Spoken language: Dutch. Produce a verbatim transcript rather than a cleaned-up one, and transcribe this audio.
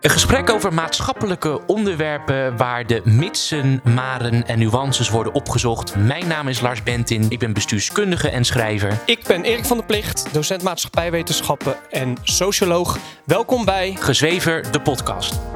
Een gesprek over maatschappelijke onderwerpen waar de mitsen, maren en nuances worden opgezocht. Mijn naam is Lars Bentin, ik ben bestuurskundige en schrijver. Ik ben Erik van der Plicht, docent maatschappijwetenschappen en socioloog. Welkom bij Gezwever, de podcast.